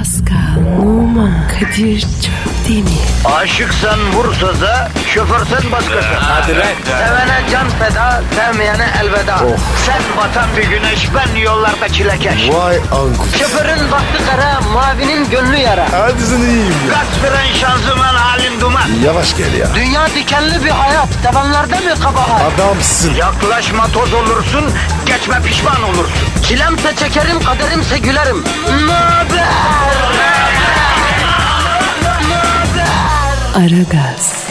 Pascal, Oman, Kadir çok değil mi? Aşıksan vursa da, şoförsen başkasın. Hadi lan. Sevene can feda, sevmeyene elveda. Sen batan bir güneş, ben yollarda çilekeş. Vay anku. Şoförün baktı kara, mavinin gönlü yara. Hadi sen iyiyim ya. Kasperen şanzıman halin duman. Yavaş gel ya. Dünya dikenli bir hayat, sevenlerde mi kabahar? Adamsın. Yaklaşma toz olursun, geçme pişman olursun. Çilemse çekerim, kaderimse gülerim. Möber! Aragaz.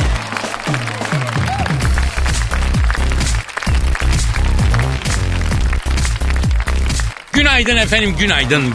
Günaydın efendim, günaydın.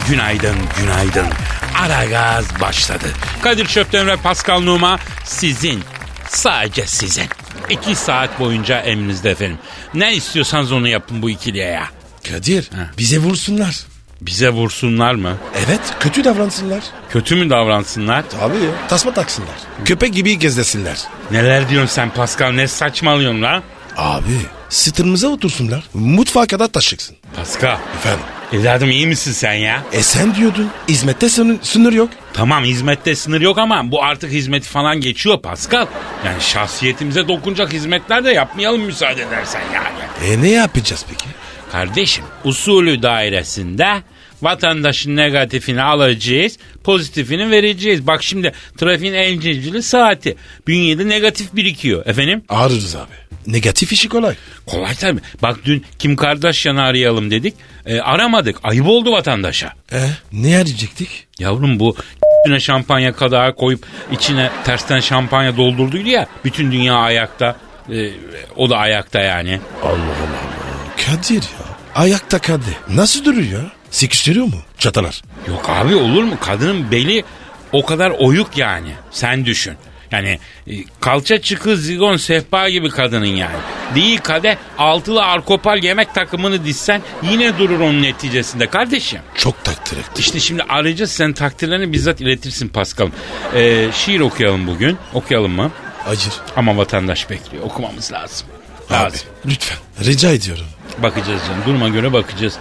Aragaz başladı. Kadir Çöpten ve Pascal Numa sizin, sadece sizin. 2 saat boyunca emrinizde efendim. Ne istiyorsanız onu yapın bu ikiliye ya. Kadir bize vursunlar. Bize vursunlar mı? Evet kötü davransınlar. Kötü mü davransınlar? Tabii ya. Tasma taksınlar. Köpek gibi gezdesinler. Neler diyorsun sen Pascal, ne saçmalıyorsun lan? Abi sırtımıza otursunlar. Mutfağa kadar taşıksın. Pascal, Efendim. evladım iyi misin sen ya? Sen diyordun hizmette sınır yok. Tamam, hizmette sınır yok ama bu artık hizmeti falan geçiyor Pascal. Yani şahsiyetimize dokunacak hizmetler de yapmayalım müsaade edersen yani. Ne yapacağız peki? Kardeşim, usulü dairesinde vatandaşın negatifini alacağız, pozitifini vereceğiz. Bak şimdi trafiğin en cicili saati. Bünyede negatif birikiyor. Efendim? Ararız abi. Negatif işi kolay. Kolay tabii. Bak dün Kim Kardashian'ı arayalım dedik. Aramadık. Ayıp oldu vatandaşa. Ne arayacaktık? Yavrum bu üstüne şampanya kadağı koyup içine tersten şampanya doldurduydu ya. Bütün dünya ayakta. O da ayakta yani. Allah Allah. Kadir ya. Ayakta Kadir. Nasıl duruyor ya? Sıkıştırıyor mu? Çatalar. Yok abi, olur mu? Kadının beli o kadar oyuk yani. Sen düşün. Yani kalça çıkı zigon sehpa gibi kadının yani. Değil kadeh altılı arkopal yemek takımını dizsen yine durur onun neticesinde kardeşim. Çok takdir ettim. İşte şimdi arayacağız, sen takdirlerini bizzat iletirsin Paskal'ım. Şiir okuyalım bugün. Okuyalım mı? Acır. Ama vatandaş bekliyor. Okumamız lazım. Abi lütfen rica ediyorum. Bakacağız canım. Duruma göre bakacağız.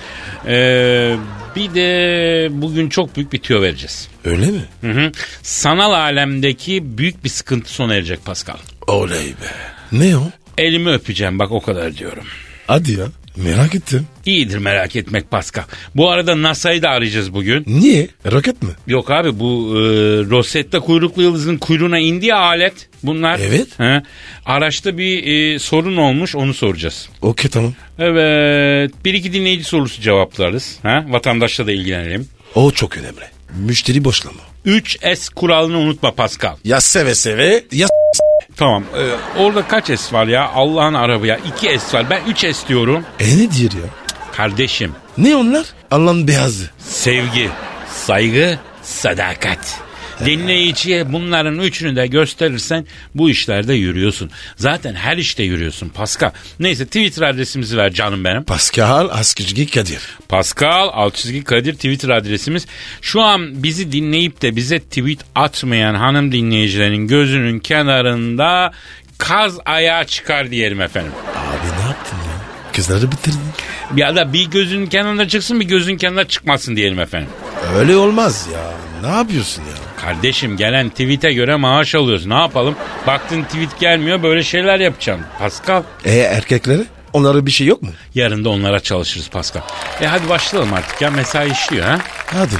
Bir de bugün çok büyük bir tüyo vereceğiz. Öyle mi? Hı. Sanal alemdeki büyük bir sıkıntı sona erecek Pascal. Oley be. Ne o? Elimi öpeceğim, bak o kadar diyorum. Hadi ya. Merak ettim. İyidir merak etmek Pascal. Bu arada NASA'yı da arayacağız bugün. Niye? Roket mi? Yok abi, bu Rosetta kuyruklu yıldızın kuyruğuna indiği alet bunlar. Evet. Araçta bir sorun olmuş, onu soracağız. Okey tamam. Evet, bir iki dinleyici sorusu cevaplarız. Vatandaşla da ilgilenelim. O çok önemli. Müşteri boşlama. 3S kuralını unutma Pascal. Ya seve seve ya Tamam. Orada kaç S var ya? Allah'ın arabı ya. 2 S var. Ben 3 S diyorum. ne diyor ya? Kardeşim. Ne onlar? Allah'ın beyazı. Sevgi, saygı, sadakat. Dinleyiciye bunların üçünü de gösterirsen bu işlerde yürüyorsun. Zaten her işte yürüyorsun Pascal. Neyse, Twitter adresimizi ver canım benim. Pascal Askizgi Kadir. Pascal _Kadir Twitter adresimiz. Şu an bizi dinleyip de bize tweet atmayan hanım dinleyicilerin gözünün kenarında kaz ayağı çıkar diyelim efendim. Abi ne yaptın ya? Kızları bitirdin. Ya da bir gözünün kenarında çıksın, bir gözün kenarında çıkmasın diyelim efendim. Öyle olmaz ya. Ne yapıyorsun ya? Kardeşim, gelen tweet'e göre maaş alıyoruz. Ne yapalım? Baktın tweet gelmiyor, böyle şeyler yapacaksın Pascal. Erkekleri? Onlara bir şey yok mu? Yarın da onlara çalışırız Pascal. Hadi başlayalım artık ya, mesai işliyor ha. Hadi.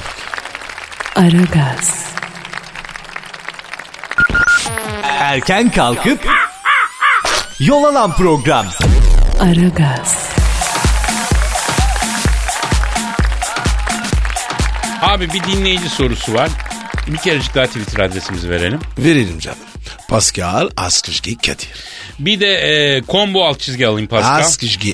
Aragaz. Erken kalkıp yol alan program. Aragaz. Abi bir dinleyici sorusu var. Bir kerecik daha Twitter adresimizi verelim. Verelim canım. Pascal Askizgi Kadir. Bir de combo alt çizgi alayım Pascal. Askizgi.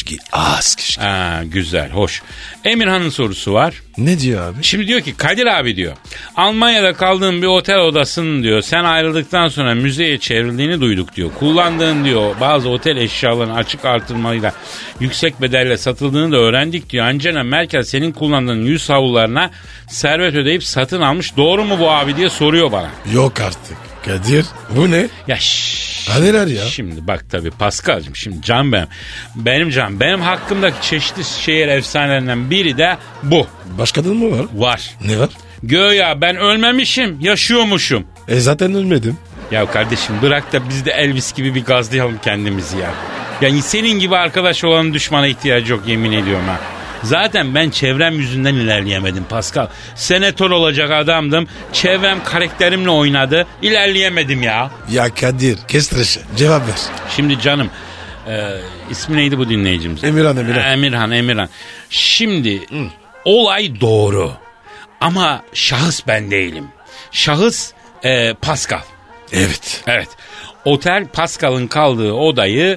Güzel, hoş. Emirhan'ın sorusu var. Ne diyor abi? Şimdi diyor ki, Kadir abi diyor, Almanya'da kaldığın bir otel odasının diyor sen ayrıldıktan sonra müzeye çevrildiğini duyduk diyor. Kullandığın diyor bazı otel eşyalarının açık artırmayla yüksek bedelle satıldığını da öğrendik diyor. Angela Merkel senin kullandığın yüz havlularına servet ödeyip satın almış. Doğru mu bu abi diye soruyor bana. Yok artık. Kadir bu ne? Ya Ha neler ya? Şimdi bak tabii Pascal'cığım, şimdi can benim hakkımdaki çeşitli şehir efsanelerinden biri de bu. Başka da mı var? Var. Ne var? Göya ben ölmemişim, yaşıyormuşum. Zaten ölmedim. Ya kardeşim bırak da biz de Elvis gibi bir gazlayalım kendimizi ya. Yani senin gibi arkadaş olanın düşmana ihtiyacı yok, yemin ediyorum ha. Zaten ben çevrem yüzünden ilerleyemedim Pascal. Senatör olacak adamdım. Çevrem karakterimle oynadı. İlerleyemedim ya. Ya Kadir kes tıraşı. Cevap ver. Şimdi canım ismi neydi bu dinleyicimiz? Emirhan. Şimdi olay doğru. Ama şahıs ben değilim. Şahıs Pascal. Evet. Otel Pascal'ın kaldığı odayı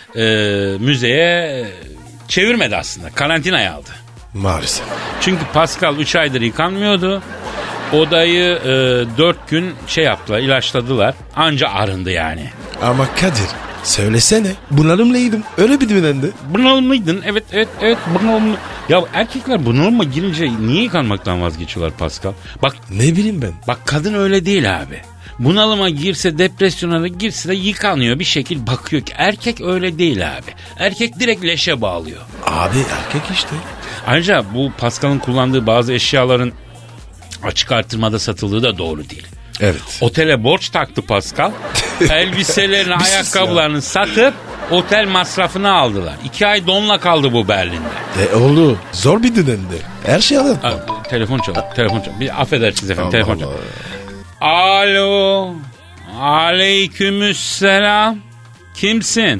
müzeye çevirmedi aslında. Karantinaya aldı. Maalesef. Çünkü Pascal 3 aydır yıkanmıyordu. Odayı 4 gün yaptılar, ilaçladılar. Anca arındı yani. Ama Kadir söylesene. Bunalımlıydım. Öyle bir dinlendi. Bunalımlıydın. Evet bunalımlı. Ya erkekler bunalıma girince niye yıkanmaktan vazgeçiyorlar Pascal? Bak Ne bileyim ben. Bak kadın öyle değil abi. Bunalıma girse, depresyona da girse de yıkanıyor bir şekil, bakıyor ki. Erkek öyle değil abi. Erkek direkt leşe bağlıyor. Abi erkek işte. Ayrıca bu Pascal'ın kullandığı bazı eşyaların açık artırmada satıldığı da doğru değil. Evet. Otele borç taktı Pascal. Elbiselerini, ayakkabılarını satıp otel masrafını aldılar. 2 ay donla kaldı bu Berlin'de. Oğlum zor bir dönemdi. Her şey anlatma. Telefon çal. Bir affedersiniz efendim. Allah telefon çal. Allah. Alo. Aleykümselam. Kimsin?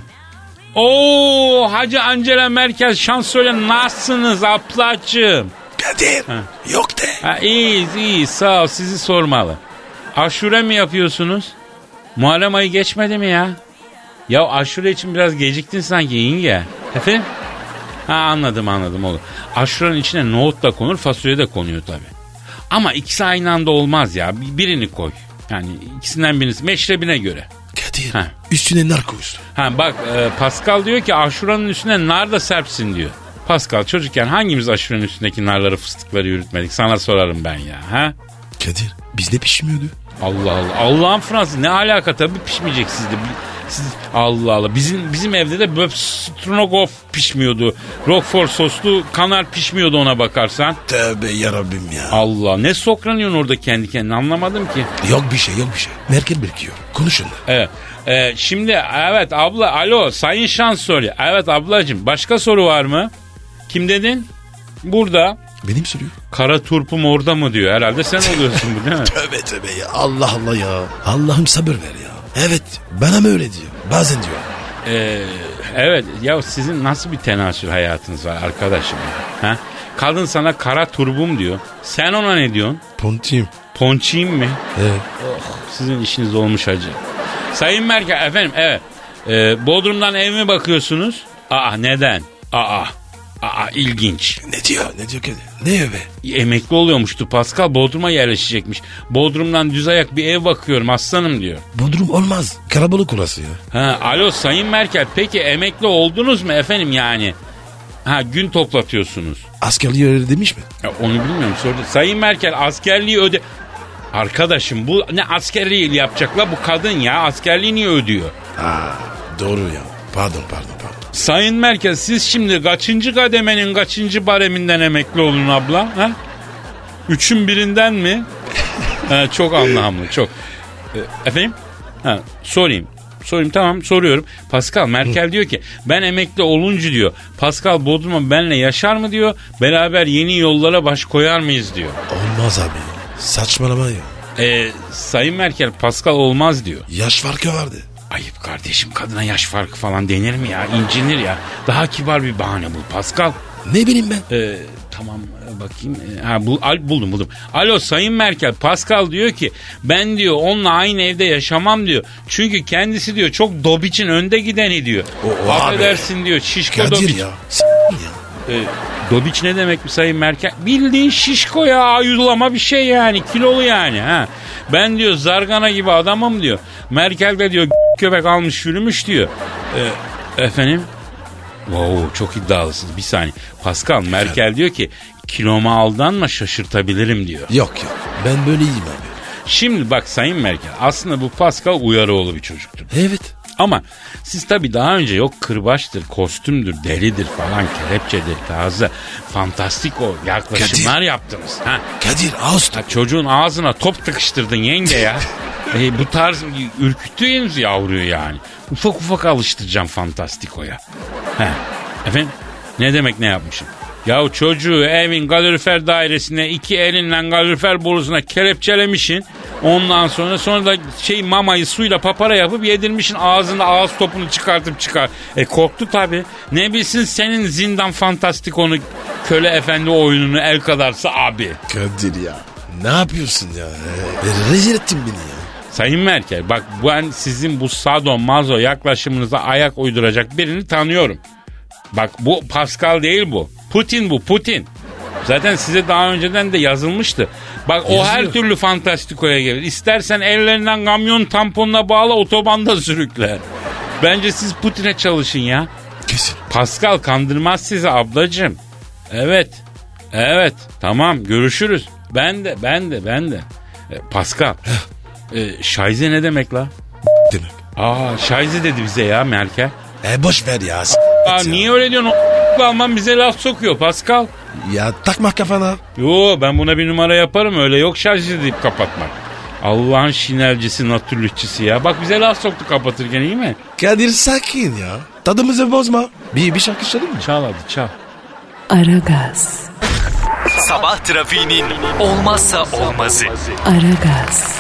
Oo, Hacı Angela Merkel şansölye, nasılsınız ablacığım? Kadir yok de. İyiyiz sağ ol, sizi sormalı. Aşure mi yapıyorsunuz? Muharrem ayı geçmedi mi ya? Ya aşure için biraz geciktin sanki yenge. Efendim? Anladım olur. Aşurenin içine nohut da konur, fasulye de konuyor tabii. Ama ikisi aynı anda olmaz ya. Birini koy. Yani ikisinden birisi meşrebine göre. Kadir üstüne nar koysun. Bak Pascal diyor ki aşuranın üstüne nar da serpsin diyor. Pascal çocukken hangimiz aşuranın üstündeki narları, fıstıkları yürütmedik? Sana sorarım ben ya. Kadir bizde pişmiyordu. Allah. Allah'ın Fransız ne alaka, tabii pişmeyecek sizde. Allah. Bizim evde de böyle stroganoff pişmiyordu. Roquefort soslu kanar pişmiyordu ona bakarsan. Tövbe yarabbim ya. Allah, ne sokranıyorsun orada kendi kendine, anlamadım ki. Yok bir şey. Merkel birikiyor. Konuşun. Evet. Şimdi evet abla, alo sayın şansölye. Evet ablacığım, başka soru var mı? Kim dedin? Burada. Benim soruyor. Kara turpum orada mı diyor. Herhalde sen oluyorsun bu değil mi? Tövbe ya. Allah ya. Allah'ım sabır ver ya. Evet bana mı öyle diyor. Bazen diyor. Evet ya, sizin nasıl bir tenasül hayatınız var arkadaşım ya? Kadın sana kara turbum diyor. Sen ona ne diyorsun? Ponçiyim mi? Evet. Sizin işiniz olmuş hacı. Sayın Merkel efendim, evet. Bodrum'dan ev mi bakıyorsunuz? Neden? İlginç. Ne diyor Kadir? Ne evi? Emekli oluyormuştu Pascal, Bodrum'a yerleşecekmiş. Bodrum'dan düz ayak bir ev bakıyorum aslanım diyor. Bodrum olmaz. Karabalık orası ya. Alo Sayın Merkel, peki emekli oldunuz mu efendim yani? Gün toplatıyorsunuz. Askerliği öyle demiş mi? Onu bilmiyorum, sordu. Sayın Merkel askerliği Arkadaşım bu ne askerliği yapacaklar, bu kadın ya askerliği niye ödüyor? Doğru ya. Pardon. Sayın Merkel, siz şimdi kaçıncı kademenin kaçıncı bareminden emekli olun abla? 3'ün birinden mi? Çok anlamlı çok. Efendim? Sorayım tamam, soruyorum. Pascal, Merkel diyor ki ben emekli olunca diyor Pascal Bodrum'a benle yaşar mı diyor, beraber yeni yollara baş koyar mıyız diyor. Olmaz abi, saçmalama ya. Sayın Merkel, Pascal olmaz diyor. Yaş farkı vardı. Ayıp kardeşim, kadına yaş farkı falan denir mi ya, incinir ya. Daha kibar bir bahane bul Pascal. Ne bileyim ben. Tamam bakayım. Buldum. Alo Sayın Merkel, Pascal diyor ki ben diyor onunla aynı evde yaşamam diyor. Çünkü kendisi diyor çok Dobiç'in önde gideni diyor. Affedersin diyor, şişko Kadir Dobiç. ya. Dobiç ne demek mi Sayın Merkel? Bildiğin şişko ya, ayulama bir şey yani, kilolu yani. Ben diyor zargana gibi adamım diyor. Merkel de diyor köpek almış yürümüş diyor. Efendim? Çok iddialısınız. Bir saniye. Pascal, Merkel diyor ki kiloma aldanma, şaşırtabilirim diyor. Yok ben böyle iyiyim abi. Şimdi bak Sayın Merkel, aslında bu Pascal Uyaroğlu bir çocuktur. Evet. Ama siz tabii daha önce yok kırbaçtır, kostümdür, delidir falan, kelepçedir, tarzı fantastik o yaklaşımlar Kadir. yaptınız. Ha? Kadir ağız Ha, çocuğun ağzına top tıkıştırdın yenge ya. Bu tarz ürküttüğünüz yavruyu yani. Ufak ufak alıştıracağım fantastikoya. He. Efendim ne demek ne yapmışım? Yahu çocuğu evin kalorifer dairesine 2 elinle kalorifer borusuna kelepçelemişsin. Ondan sonra da mamayı suyla papara yapıp yedirmişsin, ağzında ağız topunu çıkartıp çıkar. Korktu tabii. Ne bilsin senin zindan fantastikonu, köle efendi oyununu el kadarsa abi. Kadir ya. Ne yapıyorsun ya? Rezil ettin beni ya. Sayın Merkel bak ben sizin bu sado mazo yaklaşımınıza ayak uyduracak birini tanıyorum. Bak bu Pascal değil bu. Putin bu, Putin. Zaten size daha önceden de yazılmıştı. Bak o her türlü fantastikoya gelir. İstersen ellerinden kamyon tamponuna bağlı otobanda sürükler. Bence siz Putin'e çalışın ya. Kesin. Pascal kandırmaz sizi ablacığım. Evet. Tamam görüşürüz. Ben de. Pascal. Şayze ne demek la? Demek. Şayze dedi bize ya Merkel. Boş ver ya. Niye öyle diyorsun? Alman bize laf sokuyor Pascal. Ya takma kafana. Yo ben buna bir numara yaparım, öyle yok şarj edip kapatmak. Allah'ın şinercisi, natürlüççüsü ya. Bak bize laf soktu kapatırken, iyi mi? Kadir sakin ya. Tadımızı bozma. Bir şarkı çalayım mı? Çal hadi çal. Aragaz. Sabah trafiğinin olmazsa olmazı. Aragaz.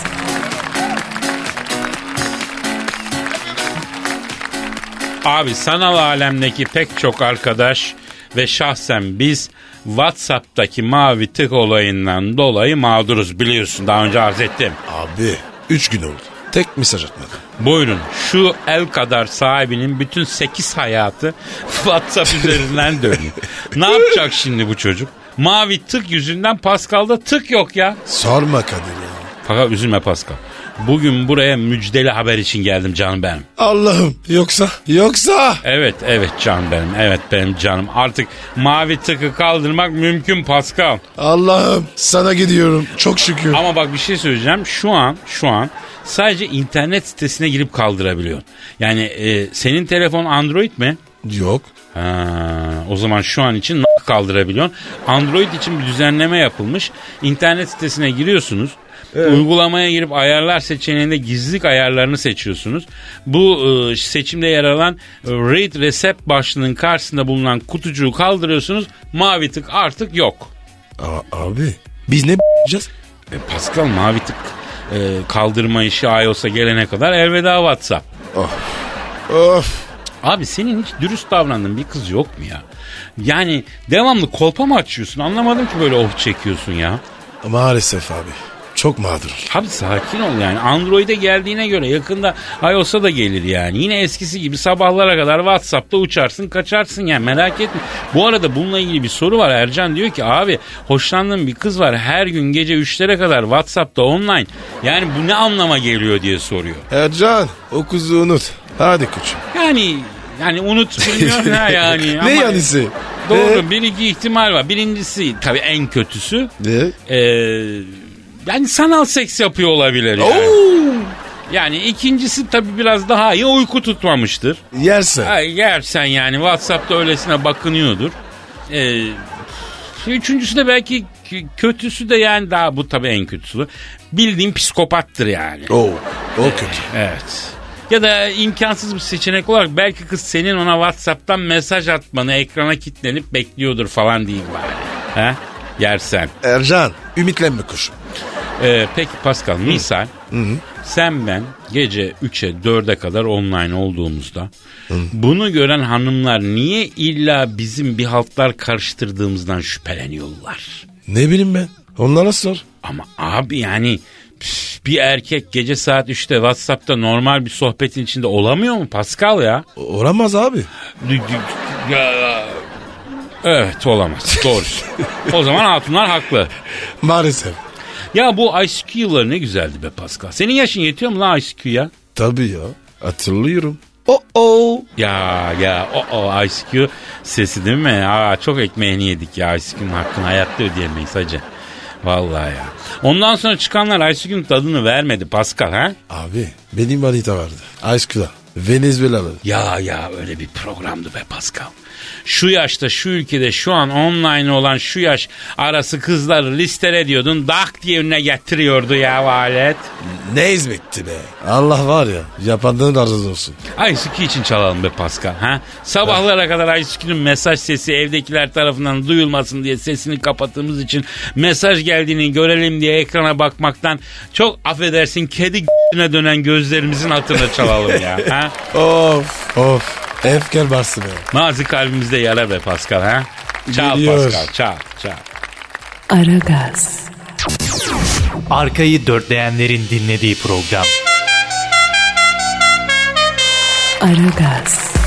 Abi sanal alemdeki pek çok arkadaş ve şahsen biz WhatsApp'taki mavi tık olayından dolayı mağduruz, biliyorsun, daha önce arz ettim. Abi 3 gün oldu. Tek mesaj atmadı. Buyurun, şu el kadar sahibinin bütün 8 hayatı WhatsApp üzerinden dönüyor. Ne yapacak şimdi bu çocuk? Mavi tık yüzünden Pascal'da tık yok ya. Sorma Kadir ya. Fakat üzülme Pascal. Bugün buraya müjdeli haber için geldim canım benim. Allah'ım yoksa. Evet canım benim. Evet benim canım. Artık mavi tıkı kaldırmak mümkün Pascal. Allah'ım sana gidiyorum. Çok şükür. Ama bak bir şey söyleyeceğim. Şu an sadece internet sitesine girip kaldırabiliyorsun. Yani senin telefon Android mi? Yok. O zaman şu an için kaldırabiliyorsun. Android için bir düzenleme yapılmış. İnternet sitesine giriyorsunuz. Evet. Uygulamaya girip ayarlar seçeneğinde gizlilik ayarlarını seçiyorsunuz. Bu seçimde yer alan Read Recept başlığının karşısında bulunan kutucuğu kaldırıyorsunuz. Mavi tık artık yok. Abi biz ne yapacağız? Pascal mavi tık kaldırma işi iOS'a gelene kadar elveda WhatsApp. Of. Abi senin hiç dürüst davrandığın bir kız yok mu ya? Yani devamlı kolpa mı açıyorsun? Anlamadım ki böyle çekiyorsun ya. Maalesef abi. Çok mağdur. Abi sakin ol yani. Android'e geldiğine göre yakında iOS'a da gelir yani. Yine eskisi gibi sabahlara kadar WhatsApp'ta uçarsın kaçarsın yani, merak etme. Bu arada bununla ilgili bir soru var. Ercan diyor ki abi hoşlandığım bir kız var, her gün gece 3'lere kadar WhatsApp'ta online. Yani bu ne anlama geliyor diye soruyor. Ercan o kızı unut. Hadi koçum. Yani unut bilmiyorum ha yani. Ne yanisi? Doğru, bir iki ihtimal var. Birincisi tabii en kötüsü. Ne? Yani sanal seks yapıyor olabilir yani. Yani ikincisi tabii biraz daha iyi, uyku tutmamıştır. Yersen yani WhatsApp'ta öylesine bakınıyordur. Üçüncüsü de belki kötüsü de yani daha, bu tabii en kötüsü. Bildiğin psikopattır yani. O kötü. Evet. Ya da imkansız bir seçenek olarak belki kız senin ona WhatsApp'tan mesaj atmanı ekrana kilitlenip bekliyordur falan diyeyim bari. Yersen. Ercan ümitlenme kuşum. Peki Pascal misal sen ben gece 3'e 4'e kadar online olduğumuzda bunu gören hanımlar niye illa bizim bir haltlar karıştırdığımızdan şüpheleniyorlar? Ne bileyim ben, onlara sor. Ama abi yani bir erkek gece saat 3'te WhatsApp'ta normal bir sohbetin içinde olamıyor mu Pascal ya? Olamaz abi. Evet olamaz, doğru. O zaman hatunlar haklı. Maalesef. Ya bu ICQ yılları ne güzeldi be Pascal. Senin yaşın yetiyor mu lan ICQ ya? Tabii ya, hatırlıyorum. Ya ICQ sesi değil mi? Çok ekmeğini yedik ya, ICQ'nun hakkını hayatta ödeyemeyiz hacı. Vallahi ya. Ondan sonra çıkanlar ICQ'nun tadını vermedi Pascal ha? Abi benim manita vardı ICQ'da. Venezuelalı. Ya öyle bir programdı be Pascal. Şu yaşta şu ülkede şu an online olan şu yaş arası kızları listele diyordun. Dak diye önüne getiriyordu ya alet. Ne hizmetti be. Allah var ya yapanların razı olsun. Aysuki için çalalım be Pascal. Ha? Sabahlara kadar Aysuki'nin mesaj sesi evdekiler tarafından duyulmasın diye sesini kapattığımız için mesaj geldiğini görelim diye ekrana bakmaktan çok affedersin kedi g***üne dönen gözlerimizin hatırına çalalım ya. Ha? Of. Efkar bastı be. Nazi kalbimizde yara be Pascal. Ha? Çal Geliyor. Pascal çal. Aragaz, Arkayı dörtleyenlerin dinlediği program. Aragaz,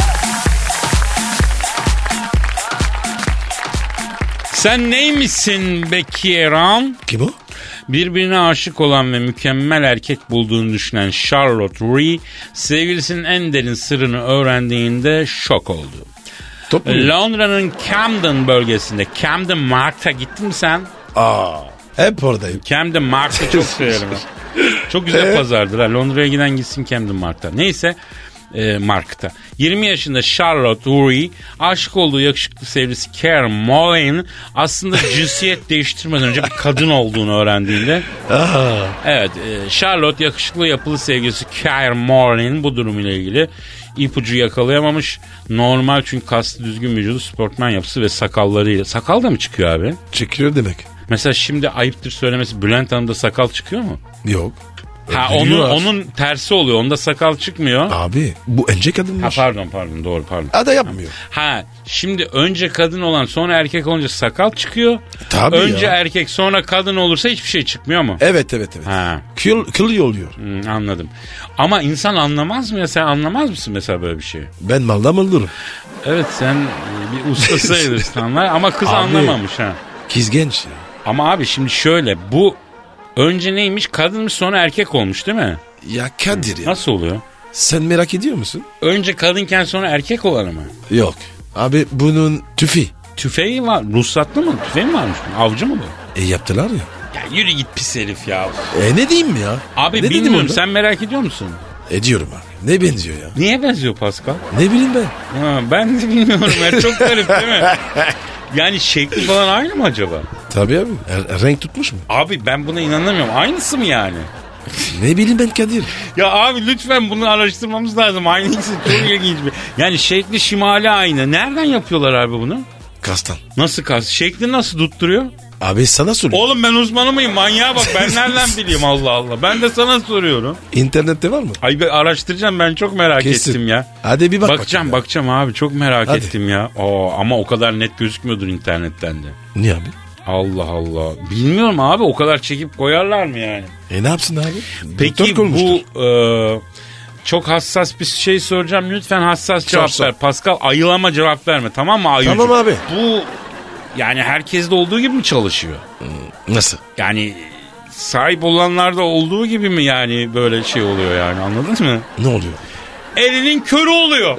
Sen neymişsin be Kieran? Kim o? Birbirine aşık olan ve mükemmel erkek bulduğunu düşünen Charlotte Rhee, sevgilisinin en derin sırrını öğrendiğinde şok oldu. Londra'nın Camden bölgesinde, Camden Market'a gittin mi sen? Hep oradayım. Camden Market'ı çok severim. Çok güzel pazardır ha. Londra'ya giden gitsin Camden Market'a. Neyse Market'a. 20 yaşında Charlotte Rhee aşık olduğu yakışıklı sevgilisi Karen Mollin aslında cinsiyet değiştirmeden önce bir kadın olduğunu öğrendiğinde evet Charlotte yakışıklı yapılı sevgilisi Karen Mollin bu durumuyla ilgili ipucu yakalayamamış. Normal çünkü kaslı düzgün vücudu, sportman yapısı ve sakallarıyla. Sakal da mı çıkıyor abi? Çıkıyor demek. Mesela şimdi ayıptır söylemesi Bülent Hanım'da sakal çıkıyor mu? Yok. Ha Biliyorlar. onun tersi oluyor. Onda sakal çıkmıyor. Abi bu önce Ha kadınmış. pardon doğru. Ada yapmıyor. Ha şimdi önce kadın olan sonra erkek olunca sakal çıkıyor. Tabii önce ya. erkek sonra kadın olursa hiçbir şey çıkmıyor mu? Evet. Ha. Kıl oluyor. Anladım. Ama insan anlamaz mı ya? Sen anlamaz mısın mesela böyle bir şeyi? Ben maldan olurum. Evet sen bir usta sayılırsın anlar ama kız Abi. anlamamış ha. Kız genç ya. Ama abi şimdi şöyle bu önce neymiş kadınmış sonra erkek olmuş değil mi? Ya Kadir ya. Nasıl oluyor? Sen merak ediyor musun? Önce kadınken sonra erkek olanı mı? Yok. Abi bunun tüfi. Tüfeği var. Ruhsatlı mı? Tüfeği mi varmış? Avcı mı bu? Yaptılar ya. Ya yürü git pis herif ya. Ne diyeyim ya? Abi ne dedim bilmiyorum orada? sen merak ediyor musun? Ediyorum abi. Ne benziyor ya? Niye benziyor Pascal? Ne bileyim ben. Ha, ben de bilmiyorum ya çok garip değil mi? Yani şekli falan aynı mı acaba? Tabii abi. Renk tutmuş mu? Abi ben buna inanamıyorum. Aynısı mı yani? Ne bileyim ben Kadir. Ya abi lütfen bunu araştırmamız lazım. Aynısı çok ilginç bir. Yani şekli şimali aynı. Nereden yapıyorlar abi bunu? Kastan. Nasıl kas? Şekli nasıl tutturuyor? Abi sana soruyorum. Oğlum ben uzmanı mıyım? Manyağa bak ben nereden bileyim Allah Allah. Ben de sana soruyorum. İnternette var mı? Ay ben araştıracağım ben çok merak Kesin. ettim ya. Hadi bir bak. Bakacağım abi çok merak Hadi. ettim ya. Ama o kadar net gözükmüyordur internetten de. Niye abi? Allah Allah. Bilmiyorum abi o kadar çekip koyarlar mı yani? Ne yapsın abi? Peki Doktor koymuştur. bu çok hassas bir şey soracağım. Lütfen hassas cevap Sor. ver. Pascal ayılama cevap verme tamam mı Ayucuğum? Tamam abi. Bu yani herkeste olduğu gibi mi çalışıyor? Nasıl? Yani sahip olanlarda olduğu gibi mi yani böyle şey oluyor yani anladın mı? Ne oluyor? Elinin körü oluyor.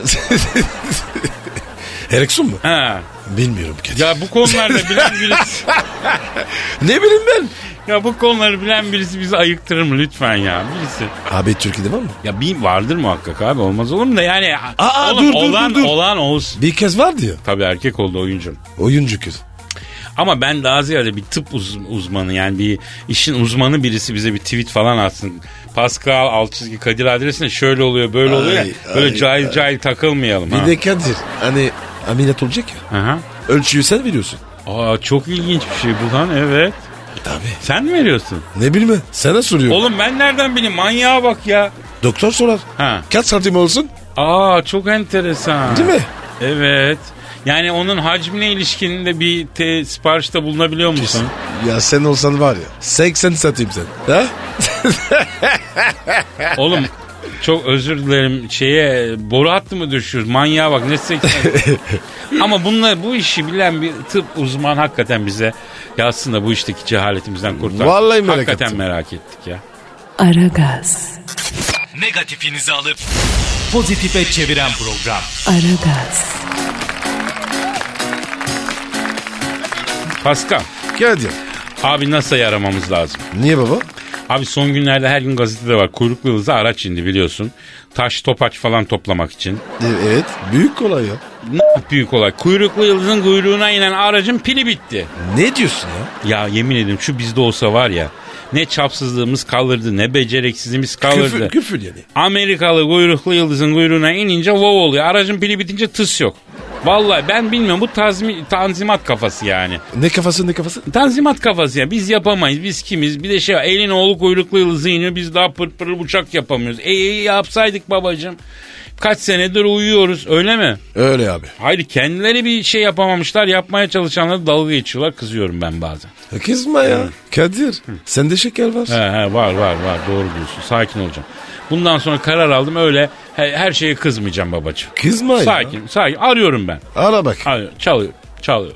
Erekson mu? Ha. Bilmiyorum Kadir. Ya bu konularda bilen birisi Ne bileyim ben? ya bu konuları bilen birisi bizi ayıktırır mı lütfen ya birisi. Abi Türkiye'de var mı? Ya bir vardır muhakkak abi olmaz olur mu da yani dur, dur. olan olsun. Bir kez vardı ya. Tabii erkek oldu oyuncu. Oyuncu kız. Ama ben daha ziyade bir tıp uzmanı yani bir işin uzmanı birisi bize bir tweet falan atsın. Pascal _ Kadir adresine şöyle oluyor böyle oluyor ya. Böyle cahil takılmayalım. Bir ha. de Kadir hani ameliyat olacak ya. Aha. Ölçüyü sen veriyorsun. Aa çok ilginç bir şey bu lan evet. Tabii. Sen mi veriyorsun? Ne bileyim sana soruyorum. Oğlum ben nereden bileyim manyağa bak ya. Doktor sorar. Ha. Kaç santim olsun? Aa çok enteresan. Değil mi? Evet. Yani onun hacmine ilişkin de bir siparişte bulunabiliyor musun? Ya sen olsan var ya 80 santim sen. Ha? Oğlum çok özür dilerim boru hattı mı düşüyoruz? Manyağa bak ne 80. Ama bu işi bilen bir tıp uzman hakikaten bize yazsın da bu işteki cehaletimizden kurtar. Vallahi merak hakikaten ettim. merak ettik ya. Aragaz, Negatifinizi alıp pozitife çeviren program. Aragaz, Pascal Kadir. abi NASA'yı aramamız lazım. Niye baba? Abi son günlerde her gün gazetede var. Kuyruklu yıldız'a araç indi biliyorsun. Taş topaç falan toplamak için. Evet. Büyük kolay ya. Büyük olay. Kuyruklu yıldızın kuyruğuna inen aracın pili bitti. Ne diyorsun ya? Ya yemin ederim şu bizde olsa var ya. Ne çapsızlığımız kalırdı, ne beceriksizliğimiz kalırdı. Küfür yani. Amerikalı kuyruklu yıldızın kuyruğuna inince wow oluyor. Aracın pili bitince tıs yok. Vallahi ben bilmiyorum, bu tanzimat kafası yani. Ne kafası? Tanzimat kafası ya. Biz yapamayız. Biz kimiz? Bir de şey var. Elin oğlu kuyruklu yıldızı iniyor. Biz daha pırpır uçak yapamıyoruz. Yapsaydık babacığım. Kaç senedir uyuyoruz, öyle mi? Öyle abi. Hayır, kendileri bir şey yapamamışlar. Yapmaya çalışanları dalga geçiyorlar. Kızıyorum ben bazen. Kızma ya. Kadir. Sende şeker var. Var. Doğru diyorsun. Sakin olacağım. Bundan sonra karar aldım, öyle her şeye kızmayacağım babacığım. Kızma ya. Sakin. Arıyorum ben. Ara bak. Çalıyor.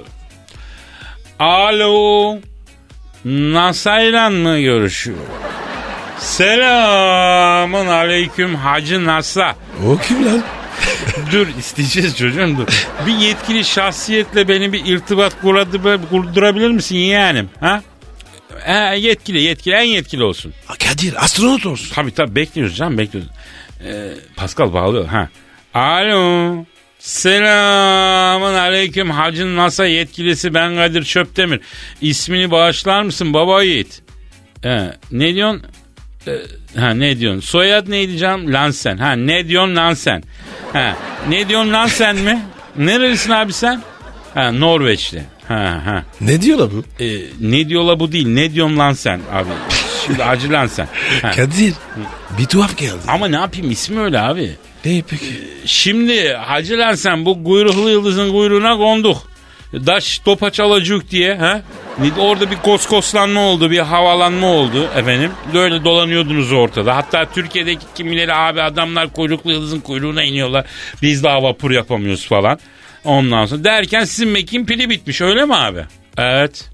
Alo. Nasayla mı görüşüyor? Selamun aleyküm Hacı Nasa. O kim lan? Dur, isteyeceğiz çocuğum, dur. Bir yetkili şahsiyetle beni bir irtibat kurdurabilir misin yeğenim? Ha? Yetkili, en yetkili olsun. Kadir, astronot olsun. Tabii bekliyoruz canım, bekliyoruz. Pascal bağlıyor. Ha. Alo. Selamun aleyküm Hacı NASA yetkilisi, ben Kadir Çöptemir. İsmini bağışlar mısın baba yiğit? Ne diyorsun? Ne diyorsun? Soyad neydi canım? Lansen. Ne diyorsun Lansen? Ne diyorsun Lansen mi? Nerelisin abi sen? Norveçli. Ne diyorlar bu? Ne diyorlar bu değil. Ne diyorsun Lansen abi? Şimdi Hacı Lansen. Kadir, bir tuhaf geldi. Ama ne yapayım, ismi öyle abi. Ne peki? Şimdi Hacı Lansen, bu kuyruklu yıldızın kuyruğuna konduk. Daş topaç alacak diye. Orada bir koskoslanma oldu, bir havalanma oldu efendim. Böyle dolanıyordunuz ortada. Hatta Türkiye'deki kimileri abi adamlar kuyruklu yıldızın kuyruğuna iniyorlar. Biz daha vapur yapamıyoruz falan. Ondan sonra derken sizin mekiğin pili bitmiş, öyle mi abi? Evet.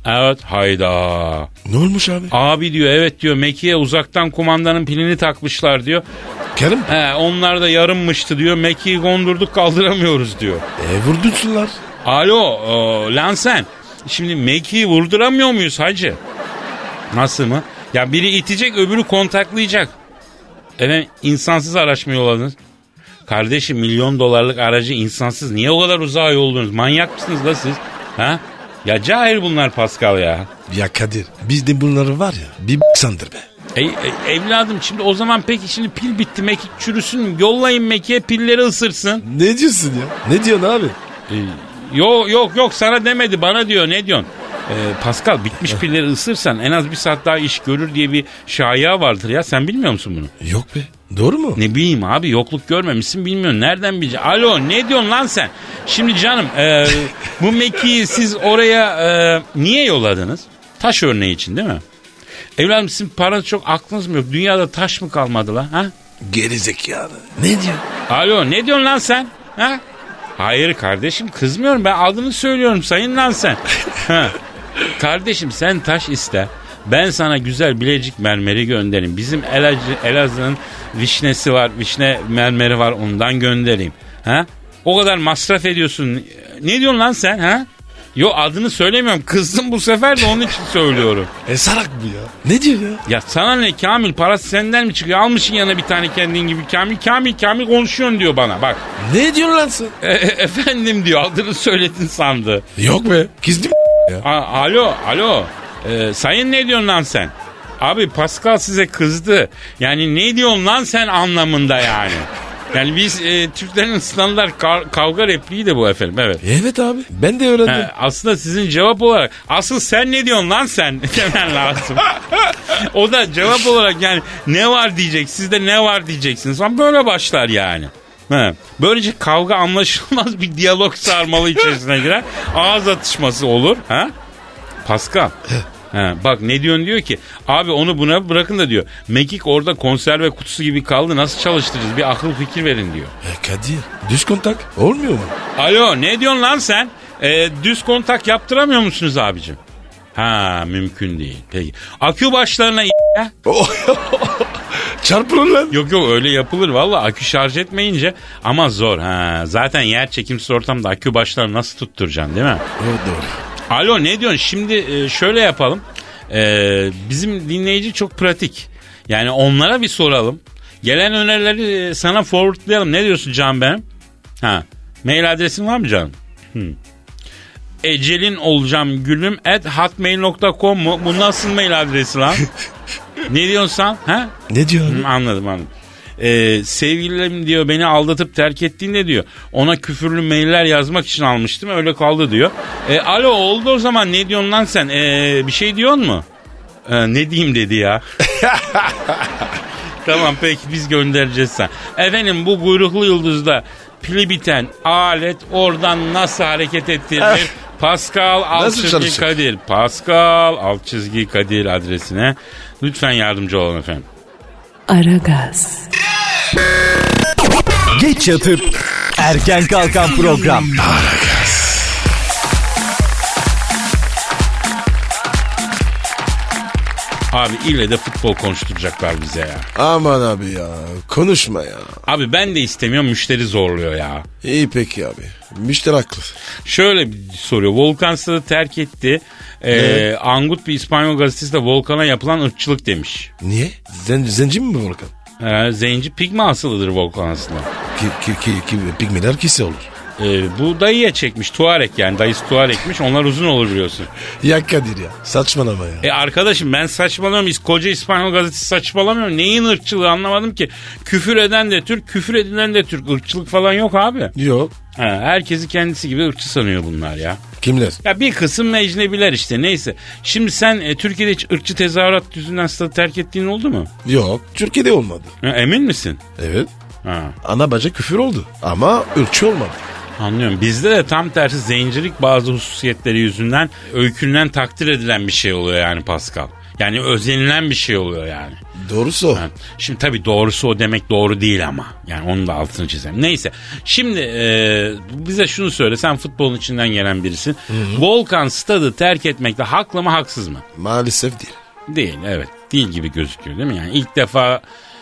Hayda. Ne olmuş abi? Abi diyor, evet diyor, mekiğe uzaktan kumandanın pilini takmışlar diyor. Karım? Onlar da yarınmıştı diyor. Mekiği kondurduk, kaldıramıyoruz diyor. Vurdursunlar. Alo Lansen. Şimdi mekiği vurduramıyor muyuz hacı? Nasıl mı? Ya biri itecek, öbürü kontaklayacak. Evet, insansız araç mı yolladınız? Kardeşim, $1 milyon aracı insansız niye o kadar uzağa yolladınız? Manyak mısınız da siz? Ya cahil bunlar Pascal ya. Ya Kadir, bizde bunları var ya bir sandır be. Evladım, şimdi o zaman peki şimdi pil bitti, mekik çürüsün mü? Yollayın mekiğe, pilleri ısırsın. Ne diyorsun ya? Ne diyorsun abi? Yok sana demedi, bana diyor. Ne diyorsun? Pascal, bitmiş pilleri ısırsan en az 1 saat daha iş görür diye bir şaya vardır ya, sen bilmiyor musun bunu? Yok be, doğru mu? Ne bileyim abi, yokluk görmemişsin, bilmiyorsun, nereden bileceksin? Alo, ne diyorsun lan sen? Şimdi canım bu mekiği siz oraya niye yolladınız? Taş örneği için değil mi? Evladım, sizin paranız çok, aklınız mı yok? Dünyada taş mı kalmadı lan? Gerizekalı. Ne diyor? Alo, ne diyorsun lan sen? Hayır kardeşim, kızmıyorum, ben adını söylüyorum, sayın lan sen. Kardeşim, sen taş iste, ben sana güzel Bilecik mermeri göndereyim. Bizim Elazığ'ın vişnesi var, vişne mermeri var, ondan göndereyim. O kadar masraf ediyorsun. Ne diyorsun lan sen? Yo, adını söylemiyorum, kızdım bu sefer de onun için söylüyorum. Salak bu ya. Ne diyor ya? Ya sana ne Kamil, parası senden mi çıkıyor? Almışsın yanına bir tane kendin gibi Kamil konuşuyorsun diyor bana, bak. Ne diyorsun lan sen? Efendim diyor, adını söyledin sandı. Yok be, kızdım ya. Alo. Sayın, ne diyorsun lan sen? Abi Pascal size kızdı. Yani ne diyorsun lan sen anlamında yani. Yani biz Türklerin standart kavga repliği de bu efendim, evet. Evet abi, ben de öğrendim. Aslında sizin cevap olarak, asıl sen ne diyorsun lan sen demen lazım. O da cevap olarak yani ne var diyecek, siz de ne var diyeceksiniz. Ama böyle başlar yani. Böylece kavga anlaşılmaz bir diyalog sarmalı içerisine girer. Ağız atışması olur. Pascal. Bak ne diyorsun, diyor ki abi onu buna bırakın da diyor, mekik orada konserve kutusu gibi kaldı, nasıl çalıştıracağız, bir akıl fikir verin diyor. Kadir, düz kontak olmuyor mu? Alo, ne diyorsun lan sen? Düz kontak yaptıramıyor musunuz abicim? Mümkün değil. Peki akü başlarına çarpılır lan. Yok öyle yapılır valla, akü şarj etmeyince, ama zor. Zaten yer çekimsiz ortamda akü başlarını nasıl tutturacaksın değil mi? Evet, doğru. Alo, ne diyorsun? Şimdi şöyle yapalım. Bizim dinleyici çok pratik. Yani onlara bir soralım. Gelen önerileri sana forwardlayalım. Ne diyorsun Can benim? Ha. Mail adresin var mı canım? Ecelin olacağım gülüm @hotmail.com mu? Bu nasıl mail adresi lan? Ne diyorsun sen? Ha? Ne diyor abi? Anladım. Sevgililerim diyor beni aldatıp terk ettiğinde diyor ona küfürlü mailler yazmak için almıştım öyle kaldı diyor. Alo oldu o zaman ne diyorsun lan sen? Bir şey diyorsun mu? Ne diyeyim dedi ya. Tamam peki biz göndereceğiz sen. Efendim bu kuyruklu yıldızda pili biten alet oradan nasıl hareket ettirilir? Pascal _ Kadir. Pascal _ Kadir adresine lütfen yardımcı olun efendim. Aragaz. Geç yatıp erken kalkan program. Abi ille de futbol konuşturacaklar bize ya. Aman abi ya konuşma ya. Abi ben de istemiyorum müşteri zorluyor ya. İyi peki abi. Müşteri haklı. Şöyle soruyor. Volkan stadı terk etti. Angut bir İspanyol gazetesi de Volkan'a yapılan ırkçılık demiş. Niye? Zenci mi bu Volkan? Zenci pigme asılıdır Volkan aslında. Pigmeler kisi olur. Bu dayıya çekmiş. Tuareg yani. Dayısı Tuareg'miş. Onlar uzun olur biliyorsun. Ya Kadir ya. Saçmalama ya. Arkadaşım ben saçmalamıyorum. Koca İspanyol gazetesi saçmalamıyor. Neyin ırkçılığı anlamadım ki. Küfür eden de Türk, küfür edilen de Türk. Irkçılık falan yok abi. Yok. Herkesi kendisi gibi ırkçı sanıyor bunlar ya. Kimler? Ya bir kısım mecnebiler işte neyse. Şimdi sen Türkiye'de hiç ırkçı tezahürat yüzünden stadı terk ettiğin oldu mu? Yok. Türkiye'de olmadı. Emin misin? Evet. Ha. Ana bacı küfür oldu. Ama ırkçı olmadı. Anlıyorum. Bizde de tam tersi zencilik bazı hususiyetleri yüzünden öykünülen takdir edilen bir şey oluyor yani Pascal. Yani özenilen bir şey oluyor yani. Doğrusu o. Yani şimdi tabii doğrusu o demek doğru değil ama. Yani onun da altını çizelim. Neyse. Şimdi bize şunu söyle. Sen futbolun içinden gelen birisin. Hı-hı. Volkan stadı terk etmekte haklı mı haksız mı? Maalesef değil. Değil evet. Değil gibi gözüküyor değil mi? Yani ilk defa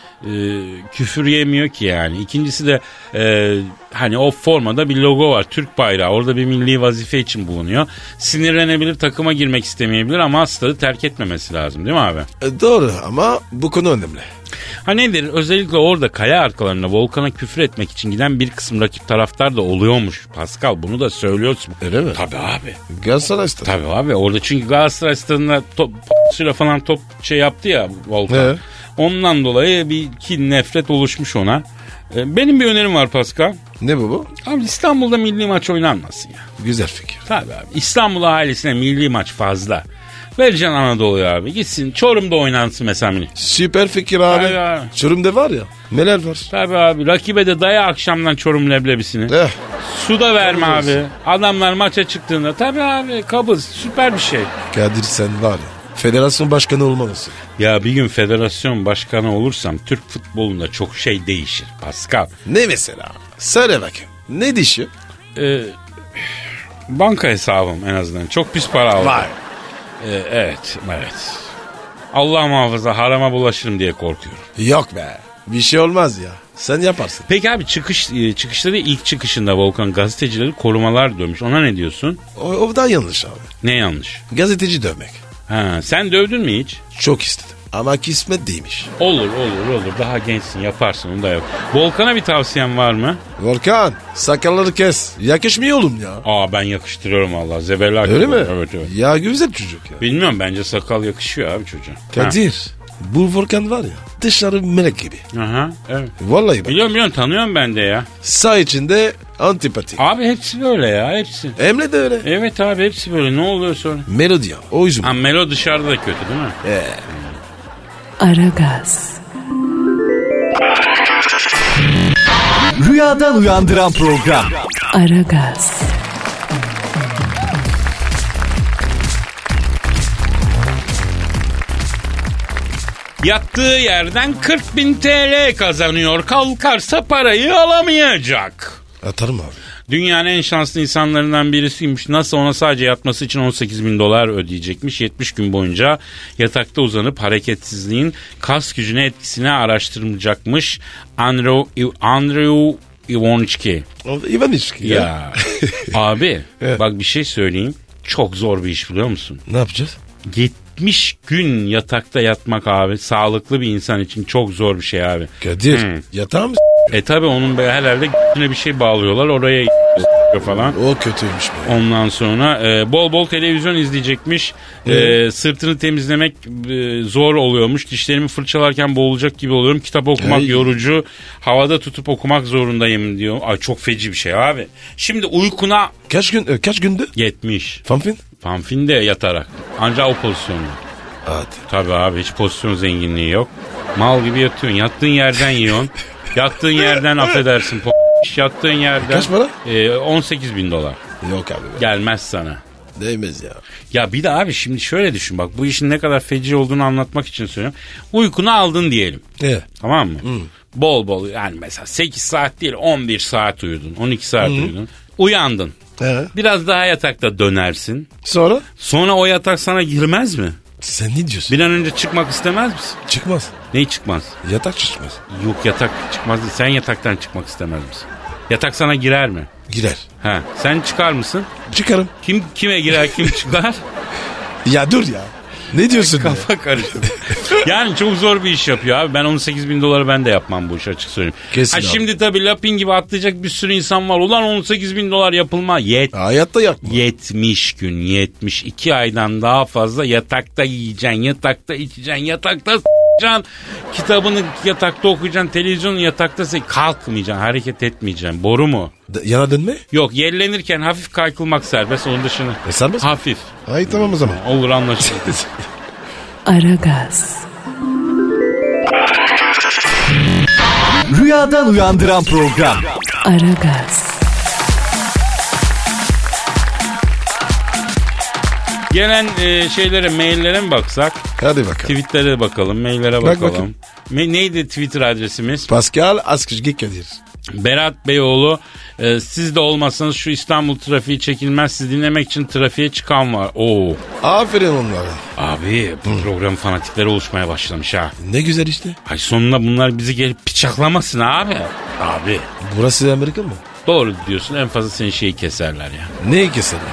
küfür yemiyor ki yani. İkincisi de hani o formada bir logo var. Türk bayrağı. Orada bir milli vazife için bulunuyor. Sinirlenebilir, takıma girmek istemeyebilir ama stadı terk etmemesi lazım değil mi abi? Doğru ama bu konu önemli. Ha nedir? Özellikle orada kaya arkalarında Volkan'a küfür etmek için giden bir kısım rakip taraftar da oluyormuş. Pascal bunu da söylüyorsun. Öyle mi? Tabii abi. Galatasaray stadı. Tabii abi. Orada çünkü Galatasaray stadında falan top yaptı ya Volkan. Evet. Ondan dolayı bir kin nefret oluşmuş ona. Benim bir önerim var Pascal. Ne bu? Abi İstanbul'da milli maç oynanmasın ya. Güzel fikir. Tabii abi. İstanbul ailesine milli maç fazla. Vereceksin Anadolu'ya abi. Gitsin Çorum'da oynansın mesela. Süper fikir abi. Abi. Çorum'da var ya. Neler var? Tabii abi. Rakibe de daya akşamdan Çorum leblebisini. Su da verme kabız abi. Adamlar maça çıktığında. Tabii abi kabız. Süper bir şey. Kadir sen var ya. Federasyon başkanı olmalısın. Ya bir gün federasyon başkanı olursam Türk futbolunda çok şey değişir Pascal. Ne mesela? Söyle bakayım. Ne değişiyor? Banka hesabım en azından. Çok pis para aldım. Var. Evet. Allah muhafaza harama bulaşırım diye korkuyorum. Yok be. Bir şey olmaz ya. Sen yaparsın. Peki abi çıkışta değil ilk çıkışında Volkan gazetecileri korumalar dövmüş. Ona ne diyorsun? O da yanlış abi. Ne yanlış? Gazeteci dövmek. Sen dövdün mü hiç? Çok istedim. Ama kısmet değilmiş. Olur. Daha gençsin yaparsın onu da yap. Volkan'a bir tavsiyen var mı? Volkan sakalları kes. Yakışmıyor oğlum ya. Ben yakıştırıyorum valla. Zebellak. Öyle mi? Evet. Ya güzel çocuk ya. Bilmiyorum bence sakal yakışıyor abi çocuğa. Kadir. Bu Volkan var ya dışarı melek gibi. Aha evet. Vallahi bak. Biliyorum tanıyorum ben de ya. Sağ içinde antipati. Abi hepsi böyle ya hepsi. Emre de öyle. Evet abi hepsi böyle ne oluyor sonra? Melodi ya o yüzden. Melo dışarıda da kötü değil mi? Aragaz. Rüyadan uyandıran program. Aragaz. Yattığı yerden 40.000 TL kazanıyor. Kalkarsa parayı alamayacak. Atarım abi. Dünyanın en şanslı insanlarından birisiymiş. NASA ona sadece yatması için $18.000 ödeyecekmiş. 70 gün boyunca yatakta uzanıp hareketsizliğin kas gücüne etkisini araştırmayacakmış. Andrew Ivanchki. Ivanchki ya. Abi evet. Bak bir şey söyleyeyim. Çok zor bir iş biliyor musun? Ne yapacağız? 70 gün yatakta yatmak abi sağlıklı bir insan için çok zor bir şey abi. Kadir yatağı mı Tabi onun herhalde bir şey bağlıyorlar oraya falan. O kötüymüş be. Ondan sonra bol bol televizyon izleyecekmiş. Sırtını temizlemek zor oluyormuş. Dişlerimi fırçalarken boğulacak gibi oluyorum. Kitap okumak yorucu. Havada tutup okumak zorundayım diyor. Ay çok feci bir şey abi. Şimdi uykuna... Kaç gündü? 70. Fanfin? Fanfin de yatarak. Ancak o pozisyonda. Hadi. Tabii abi hiç pozisyon zenginliği yok. Mal gibi yatıyorsun. Yattığın yerden yiyorsun. Yattığın yerden affedersin. Yattığın yerden. Kaç para? 18.000 dolar. Yok abi. Gelmez sana. Değmez ya. Ya bir de abi şimdi şöyle düşün bak bu işin ne kadar feci olduğunu anlatmak için söylüyorum. Uykunu aldın diyelim. Tamam mı? Bol bol yani mesela 8 saat değil 11 saat uyudun 12 saat uyudun. Uyandın. Biraz daha yatakta dönersin. Sonra o yatak sana girmez mi? Sen ne diyorsun? Bir an önce çıkmak istemez misin? Çıkmaz. Neyi çıkmaz? Yatak çıkmaz. Yok yatak çıkmaz değil. Sen yataktan çıkmak istemez misin? Yatak sana girer mi? Girer. Sen çıkar mısın? Çıkarım. Kime girer kim çıkar? Ya dur ya. Ne diyorsun? Kafa karıştı. Yani çok zor bir iş yapıyor abi. Ben 18.000 doları ben de yapmam bu işi açık söyleyeyim. Kesin abi. Şimdi tabii lapin gibi atlayacak bir sürü insan var. Ulan 18.000 dolar yapılma. Hayatta yapma. 70 gün 72 aydan daha fazla yatakta yiyeceksin. Yatakta içeceksin. Yatakta s***caksın. Kitabını yatakta okuyacaksın. Televizyonu yatakta kalkmayacaksın. Hareket etmeyeceksin. Boru mu? Yana dönme? Yok yerlenirken hafif kaykılmak serbest. Onun dışında. Serbest mi? Hafif. Ay tamam o zaman. Olur anlaşıldı. Aragaz. Rüyadan uyandıran program. Aragaz. Gelen şeylere, maillere mi baksak? Hadi bakalım. Tweetlere bakalım, maillere Bak bakalım. Neydi Twitter adresimiz? Pascal Askışgi Kadir. Berat Beyoğlu, siz de olmasanız şu İstanbul trafiği çekilmez. Sizi dinlemek için trafiğe çıkan var. Oo. Aferin onlara. Abi bu program fanatikleri oluşmaya başlamış ha. Ne güzel işte. Ay sonunda bunlar bizi gelip bıçaklamasın abi. Abi. Burası Amerika mı? Doğru diyorsun, en fazla senin şeyi keserler ya. Neyi keselim?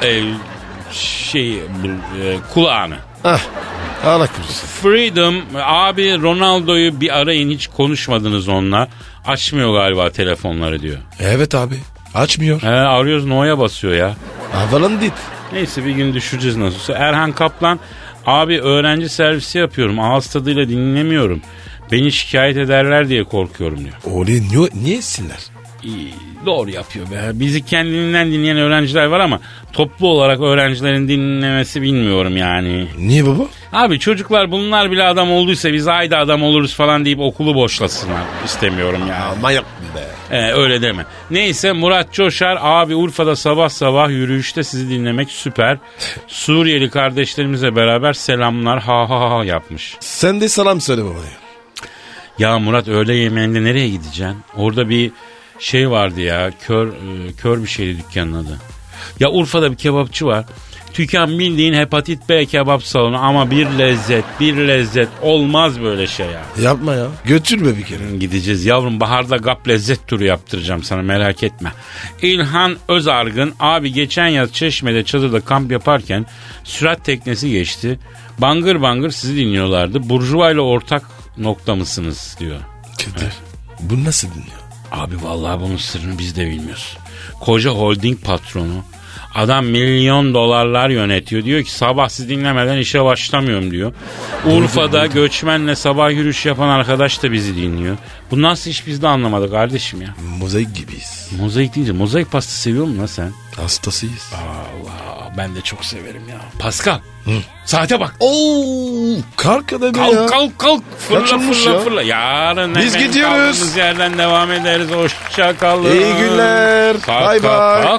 Kulağını. Allah kurusun. Freedom abi Ronaldo'yu bir arayın, hiç konuşmadınız onunla. Açmıyor galiba telefonları diyor. Evet abi. Açmıyor. Arıyoruz no'ya basıyor ya. Havalan dit. Neyse bir gün düşüreceğiz nasılsa. Erhan Kaplan abi öğrenci servisi yapıyorum. Ağız tadıyla dinlemiyorum. Beni şikayet ederler diye korkuyorum diyor. Orayı niye etsinler? Doğru yapıyor be. Bizi kendinden dinleyen öğrenciler var ama toplu olarak öğrencilerin dinlemesi bilmiyorum yani. Niye baba? Abi çocuklar bunlar bile adam olduysa biz ayda adam oluruz falan deyip okulu boşlasınlar. İstemiyorum yani. Manyak be. Öyle deme. Neyse Murat Coşar abi Urfa'da sabah sabah yürüyüşte sizi dinlemek süper. Suriyeli kardeşlerimizle beraber selamlar ha ha ha yapmış. Sen de selam söyle baba ya. Ya Murat öğle yemeğinde nereye gideceksin? Orada bir şey vardı ya kör bir şeydi dükkanın adı. Ya Urfa'da bir kebapçı var. Dükkan bildiğin hepatit B kebap salonu ama bir lezzet olmaz böyle şey ya. Yapma ya. Götürme bir kere. Gideceğiz yavrum, baharda GAP lezzet turu yaptıracağım sana, merak etme. İlhan Özargın abi geçen yaz Çeşme'de çadırda kamp yaparken sürat teknesi geçti. Bangır bangır sizi dinliyorlardı. Burjuva ile ortak nokta mısınız diyor. Evet. Bu nasıl dinliyor? Abi vallahi bunun sırrını biz de bilmiyoruz. Koca holding patronu. Adam milyon dolarlar yönetiyor. Diyor ki sabah sizi dinlemeden işe başlamıyorum diyor. Urfa'da göçmenle sabah yürüyüş yapan arkadaş da bizi dinliyor. Bu nasıl iş biz de anlamadık kardeşim ya. Mozaik gibiyiz. Mozaik deyince mozaik pasta seviyor musun lan sen? Hastasıyız. Allah ben de çok severim ya. Pascal. Saate bak. Oo, kalk hadi ya. Kalk. Kaçılmış ya. Fırla. Yarın biz gidiyoruz. Kaldığımız yerden devam ederiz. Hoşça kalın. İyi günler. Bye bye.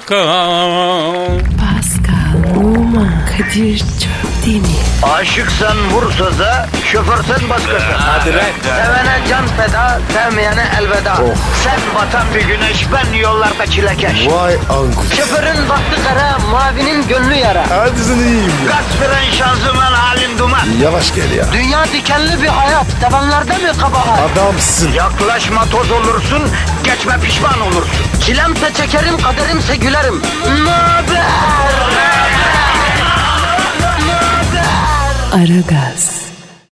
Pascal, Oman, Kadir çok değil mi? Aşıksan vursa da, şoförsen başkasın. Hadi lan. Sevene can feda, sevmeyene elveda. Sen batan bir güneş, ben yollarda çilekeş. Vay anku. Şoförün baktı kara, mavinin gönlü yara. Hadi sen iyiyim ya. Kasperen şanzıman halin duman. Yavaş gel ya. Dünya dikenli bir hayat, sevenlerde mi kabahar? Adamsın. Yaklaşma toz olursun, geçme pişman olursun. Çilemse çekerim, kaderimse gülerim. Möber! Aragaz.